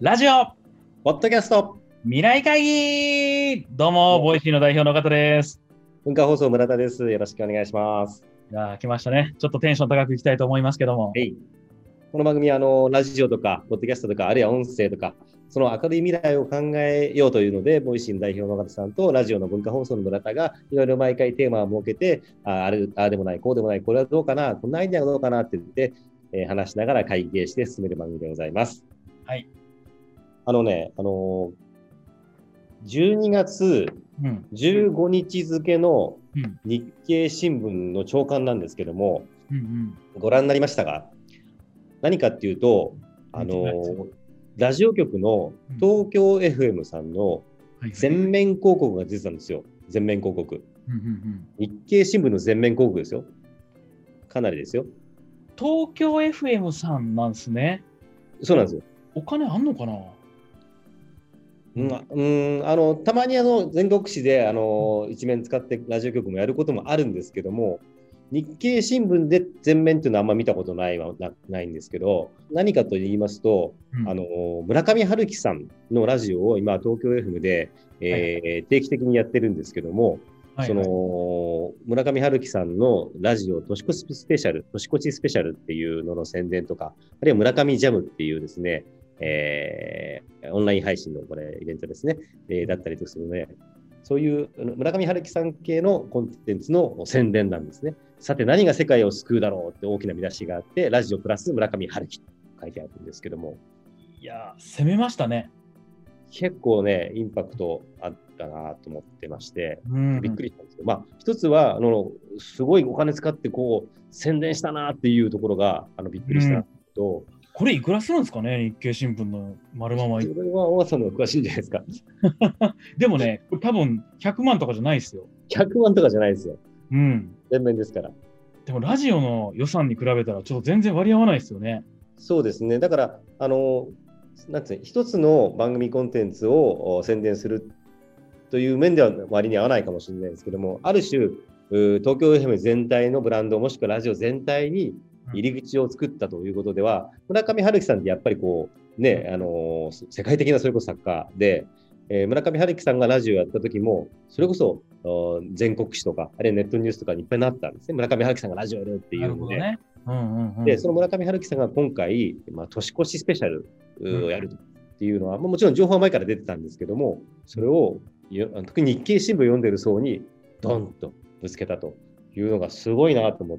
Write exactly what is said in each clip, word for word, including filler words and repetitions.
ラジオポッドキャスト未来会議。どうも、ボイシーの代表の方です。 文化放送村田です。よろしくお願いします。 いやー、来ましたね。ちょっとテンション高くいきたいと思いますけども。 はい。この番組はあのラジオとか、ポッドキャストとか、あるいは音声とか、その明るい未来を考えようというので、ボイシーの代表の方さんとラジオの文化放送の村田がいろいろ毎回テーマを設けて、ああれああでもない、こうでもない、これはどうかな、こんなアイデアはどうかなって言って、えー話しながら会議して進める番組でございます。 はい。 あのね、あのーじゅうにがつじゅうごにち付の日経新聞の朝刊なんですけども、 うんうんご覧になりましたが、何かっていうと、あのラジオ局の東京 エフエム さんの全面広告が出てたんですよ。全面広告。 うんうんうん、 日経新聞の全面広告ですよ。かなりですよ。 東京 エフエム さんなんですね。 そうなんですよ。 お金あんのかな。 うん、うんあのたまにあの全国紙であの一面使ってラジオ局もやることもあるんですけども、日経新聞で全面っていうのはあんま見たことないは な, ないんですけど、何かと言いますと、うん、あの村上春樹さんのラジオを今東京 エフエム で、えーはい、定期的にやってるんですけども、はいはい、その村上春樹さんのラジオ年越しスペシャル年越しスペシャルっていうのの宣伝とか、あるいは村上ジャムっていうですね、えー、オンライン配信のこれイベントですね、えー、だったりとするので、そういう村上春樹さん系のコンテンツの宣伝なんですね。さて何が世界を救うだろうって大きな見出しがあって、ラジオプラス村上春樹と書いてあるんですけども。 いやー、攻めましたね。 結構ね、インパクトあったなと思ってまして、うん、びっくりしたんですけど、まあ、一つは、あの、すごいお金使ってこう、宣伝したなっていうところが、あの、びっくりしたと、うん、 これいくらするんですかね、日経新聞の丸まま。 それは大和さんの詳しいんじゃないですか。 でもね、これ多分ひゃくまんとかじゃないですよ。 ひゃくまんとかじゃないですよ。 うん。 全面ですから。 でもラジオの予算に比べたらちょっと全然割り合わないですよね。 そうですね。だから、あの、なんていう一つの番組コンテンツを宣伝するという面では割に合わないかもしれないですけども、ある種、東京 エフエム 全体のブランド、もしくはラジオ全体に入り口を作ったということでは、うん、村上春樹さんってやっぱりこう、ね、あの、世界的なそれこそ作家で、えー、村上春樹さんがラジオやった時も、それこそ全国紙とか、あるいはネットニュースとかにいっぱいなったんですね。村上春樹さんがラジオやるっていうので。 ねうんうんうん、 で、その村上春樹さんが今回、まあ、年越しスペシャルをやるっていうのは、うん、もちろん情報は前から出てたんですけども、それを特に日経新聞読んでる層にドンとぶつけたというのがすごいなと思って。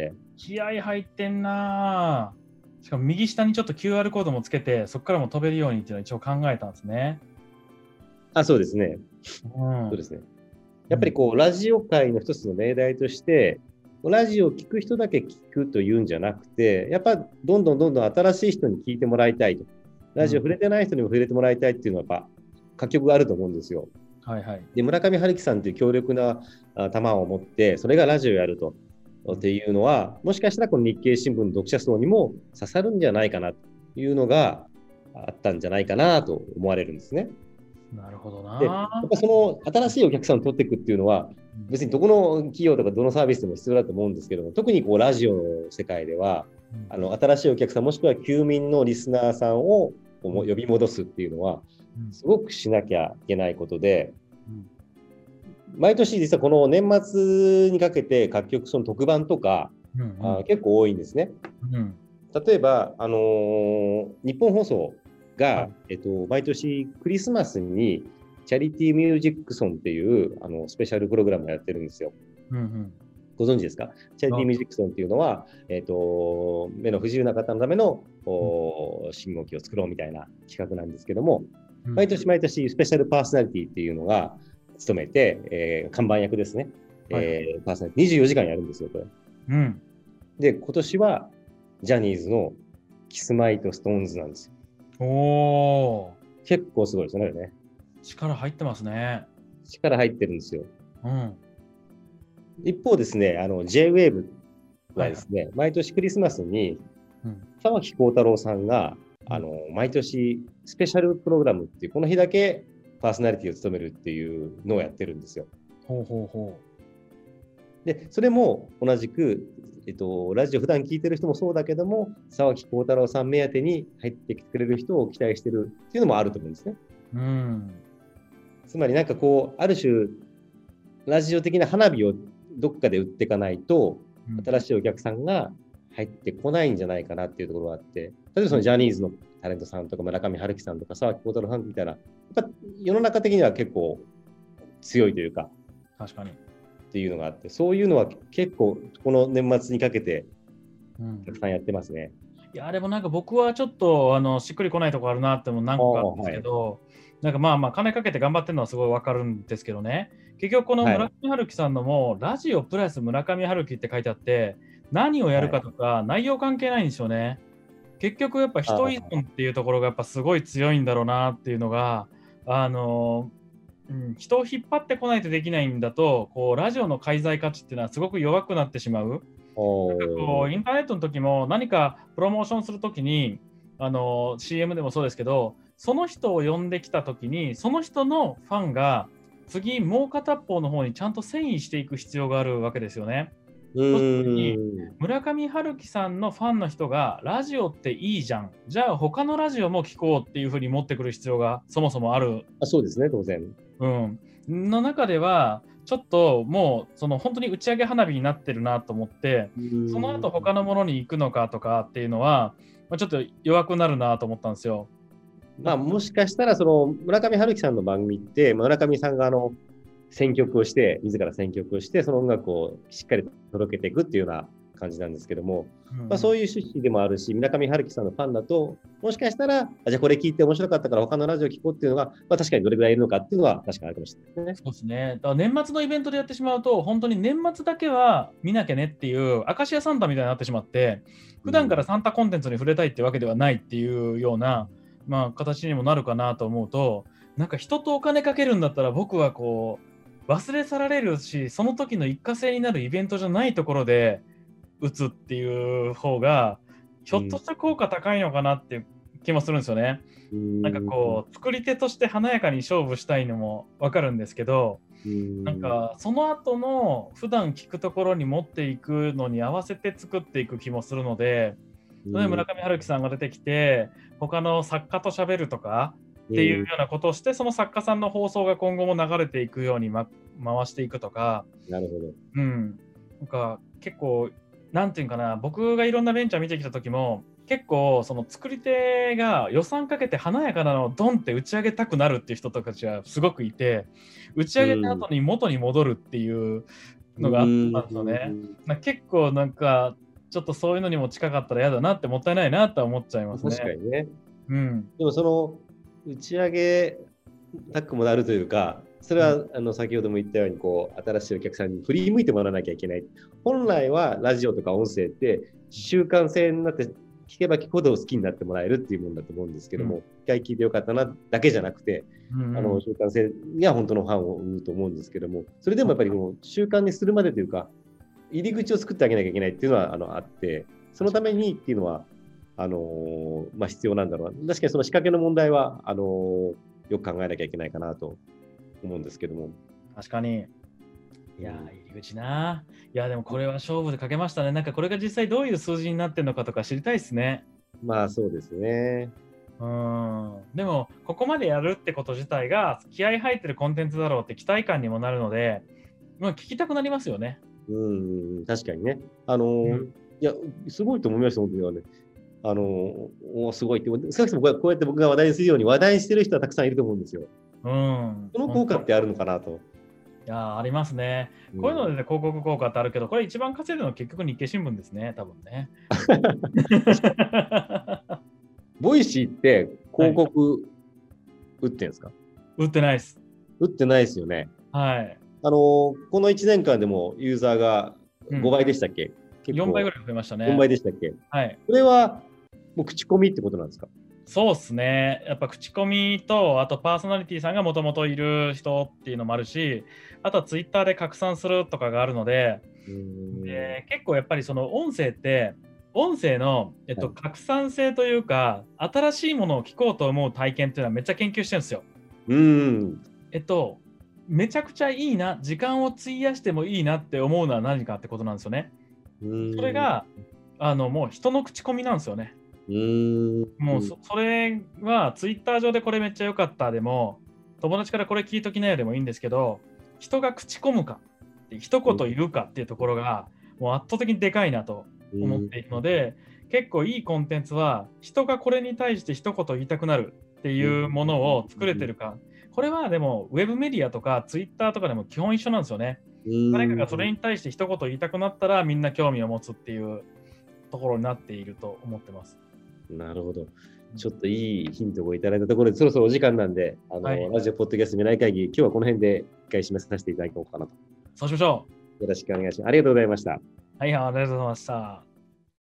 気合入ってんな。しかも右下にちょっと キューアール コードもつけて、そこからも飛べるようにっていうのを一応考えたんですね。 あ、そうですね。うん、そうですね。やっぱりこう、ラジオ界の一つの命題として、ラジオを聞く人だけ聞くというんじゃなくて、やっぱどんどんどんどん新しい人に聞いてもらいたいと。ラジオ触れてない人にも触れてもらいたいっていうのはやっぱ各局があると思うんですよ。 はいはい。 で、村上春樹さんという強力な球を持って、それがラジオやると。っていうのは、もしかしたらこの日経新聞の読者層にも刺さるんじゃないかなというのがあったんじゃないかなと思われるんですね。 なるほどな。 で、やっぱその新しいお客さんを取っていくっていうのは、別にどこの企業とかどのサービスでも必要だと思うんですけども、特にこうラジオの世界では、うん、あの新しいお客さんもしくは休眠のリスナーさんを呼び戻すっていうのは、すごくしなきゃいけないことで、うん毎年実はこの年末にかけて各局その特番とか、うんうん、あ結構多いんですね。うん、例えば、あのー、日本放送が、はいえっと、毎年クリスマスにチャリティーミュージックソンっていうあのスペシャルプログラムをやってるんですよ。うんうん、ご存知ですか？チャリティーミュージックソンっていうのは、えっと、目の不自由な方のための信号機を作ろうみたいな企画なんですけども、うん、毎年毎年スペシャルパーソナリティっていうのが務めて、えー、看板役ですね、はいえー、パーソナリティにじゅうよじかんやるんですよ、これ。うん、で、今年はジャニーズのキスマイとストーンズなんですよ。おー。結構すごいですよね。 力入ってますね。 力入ってるんですよ。うん、一方ですね、あの ジェイウェーブ はですね、はい、毎年クリスマスに沢木耕太郎さんが、うん、あの毎年スペシャルプログラムっていうこの日だけパーソナリティを務めるっていうのをやってるんですよ。ほうほうほう。で、それも同じくえっと、ラジオ普段聞いてる人もそうだけども、沢木耕太郎さん目当てに入ってきてくれる人を期待してるっていうのもあると思うんですね。 うん。 つまりなんかこう、ある種、ラジオ的な花火をどっかで売っていかないと、 うん新しいお客さんが入ってこないんじゃないかなっていうところがあって、例えばそのジャニーズのタレントさんとか村上春樹さんとか沢木耕太郎さんみたいな、やっぱ世の中的には結構強いというか、 確かに。 っていうのがあって、そういうのは結構この年末にかけてうんたくさんやってますね。 いやでもなんか僕はちょっとあのしっくりこないところあるなっても何個かあるんですけど、なんかまあまあ金かけて頑張ってるのはすごいわかるんですけどね、結局このはい村上春樹さんのも、ラジオプラス村上春樹って書いてあって、何をやるかとか内容関係ないんですよね。結局やっぱ人依存っていうところがやっぱすごい強いんだろうなっていうのが、あのうん、人を引っ張ってこないとできないんだと、こうラジオの介在価値っていうのはすごく弱くなってしまう。なんかこうインターネットの時も何かプロモーションするときにあの シーエム でもそうですけど、その人を呼んできたときにその人のファンが次もう片方の方にちゃんと遷移していく必要があるわけですよね。 うそうするときにーん。 村上春樹さんのファンの人がラジオっていいじゃん、じゃあ他のラジオも聞こうっていうふうに持ってくる必要がそもそもある。 あ、そうですね、当然。 うん、の中ではちょっともうその本当に打ち上げ花火になってるなと思って、その後他のものに行くのかとかっていうのは、まあ、ちょっと弱くなるなと思ったんですよ。 まあ、もしかしたら、その村上春樹さんの番組って、村上さんがあの選曲をして、自ら選曲をして、その音楽をしっかり届けていくっていうような感じなんですけども、 うんまあ、そういう趣旨でもあるし、村上春樹さんのファンだと、もしかしたら、あじゃあこれ聞いて面白かったから他のラジオ聞こうっていうのが、まあ、確かにどれぐらいいるのかっていうのは確かにあるかもしれないですね。 そうですね。だから年末のイベントでやってしまうと、本当に年末だけは見なきゃねっていう、アカシアサンタみたいになってしまって、普段からサンタコンテンツに触れたいってわけではないっていうような、まあ、形にもなるかなと思うと、なんか人とお金かけるんだったら、僕はこう、忘れ去られるし、その時の一過性になるイベントじゃないところで打つっていう方が、ひょっとしたら効果高いのかなっていう気もするんですよね。なんかこう作り手として華やかに勝負したいのも分かるんですけど、なんかその後の普段聞くところに持っていくのに合わせて作っていく気もするので、例えば村上春樹さんが出てきて他の作家と喋るとかっていうようなことをして、その作家さんの放送が今後も流れていくように、ま、回していくとか。 なるほど。 うん、なんか結構なんていうかな、僕がいろんなベンチャー見てきた時も結構その作り手が予算かけて華やかなのをドンって打ち上げたくなるっていう人たちはすごくいて、打ち上げた後に元に戻るっていうのがあったんですよね。な結構なんかちょっとそういうのにも近かったら嫌だなって、もったいないなとは思っちゃいますね。 確かにね。 うん、 でもその打ち上げたくもなるというか、それは、うん、あの先ほども言ったようにこう新しいお客さんに振り向いてもらわなきゃいけない。本来はラジオとか音声って習慣性になって聞けば聞くほど好きになってもらえるっていうものだと思うんですけども、うん、一回聞いてよかったなだけじゃなくて、うんうん、あの習慣性が本当のファンを生むと思うんですけども、それでもやっぱりこう習慣にするまでというか入り口を作ってあげなきゃいけないっていうのはあのあって、そのためにっていうのはあのーまあ、必要なんだろうな。確かにその仕掛けの問題はあのー、よく考えなきゃいけないかなと思うんですけども。 確かに。いや、入り口な。いや、でもこれは勝負でかけましたね。なんかこれが実際どういう数字になってるのかとか知りたいですね。 まあそうですね。 うん。でも、ここまでやるってこと自体が気合い入ってるコンテンツだろうって期待感にもなるので、まあ、聞きたくなりますよね。 うん、確かにね。あのーうん、いや、すごいと思いました、本当にはね。あのおすごいって、少なくともこうやって僕が話題にするように話題にしてる人はたくさんいると思うんですよ。 うん。 その効果ってあるのかなと。 いやありますね。こういうので、ね、広告効果ってあるけど、これ一番稼いでるのは結局日経新聞ですね、多分ね。 ボイシーって広告打ってんですか？ 打ってないです。 打ってないですよね。 はい。 あのこのいちねんかんでもユーザーがごばいでしたっけ？ うん、よんばいぐらい増えましたね。 よんばいでしたっけ？ はい。 これはもう口コミってことなんですか？ そうですね。やっぱ口コミと、あとパーソナリティさんがもともといる人っていうのもあるし、あとはツイッターで拡散するとかがあるので、で結構やっぱりその音声って、音声の、えっと、拡散性というか、新しいものを聞こうと思う体験っていうのはめっちゃ研究してるんですよ。 うん。 えっと、めちゃくちゃいいな、時間を費やしてもいいなって思うのは何かってことなんですよね。 それがあのもう人の口コミなんですよね。 うーんもう そ, それはツイッター上でこれめっちゃ良かったでも、友達からこれ聞いときなよでもいいんですけど、人が口コむかって一言言うかっていうところがもう圧倒的にでかいなと思っているので、結構いいコンテンツは人がこれに対して一言言いたくなるっていうものを作れてるか。これはでもウェブメディアとかツイッターとかでも基本一緒なんですよね。誰かがそれに対して一言言いたくなったらみんな興味を持つっていうところになっていると思ってます。 なるほど。ちょっといいヒントをいただいたところで、そろそろお時間なんで、あの、はい、ラジオポッドキャスト未来会議、今日はこの辺で一回締めさせていただこうかなと。 そうしましょう。よろしくお願いします。ありがとうございました。 はい、ありがとうございました。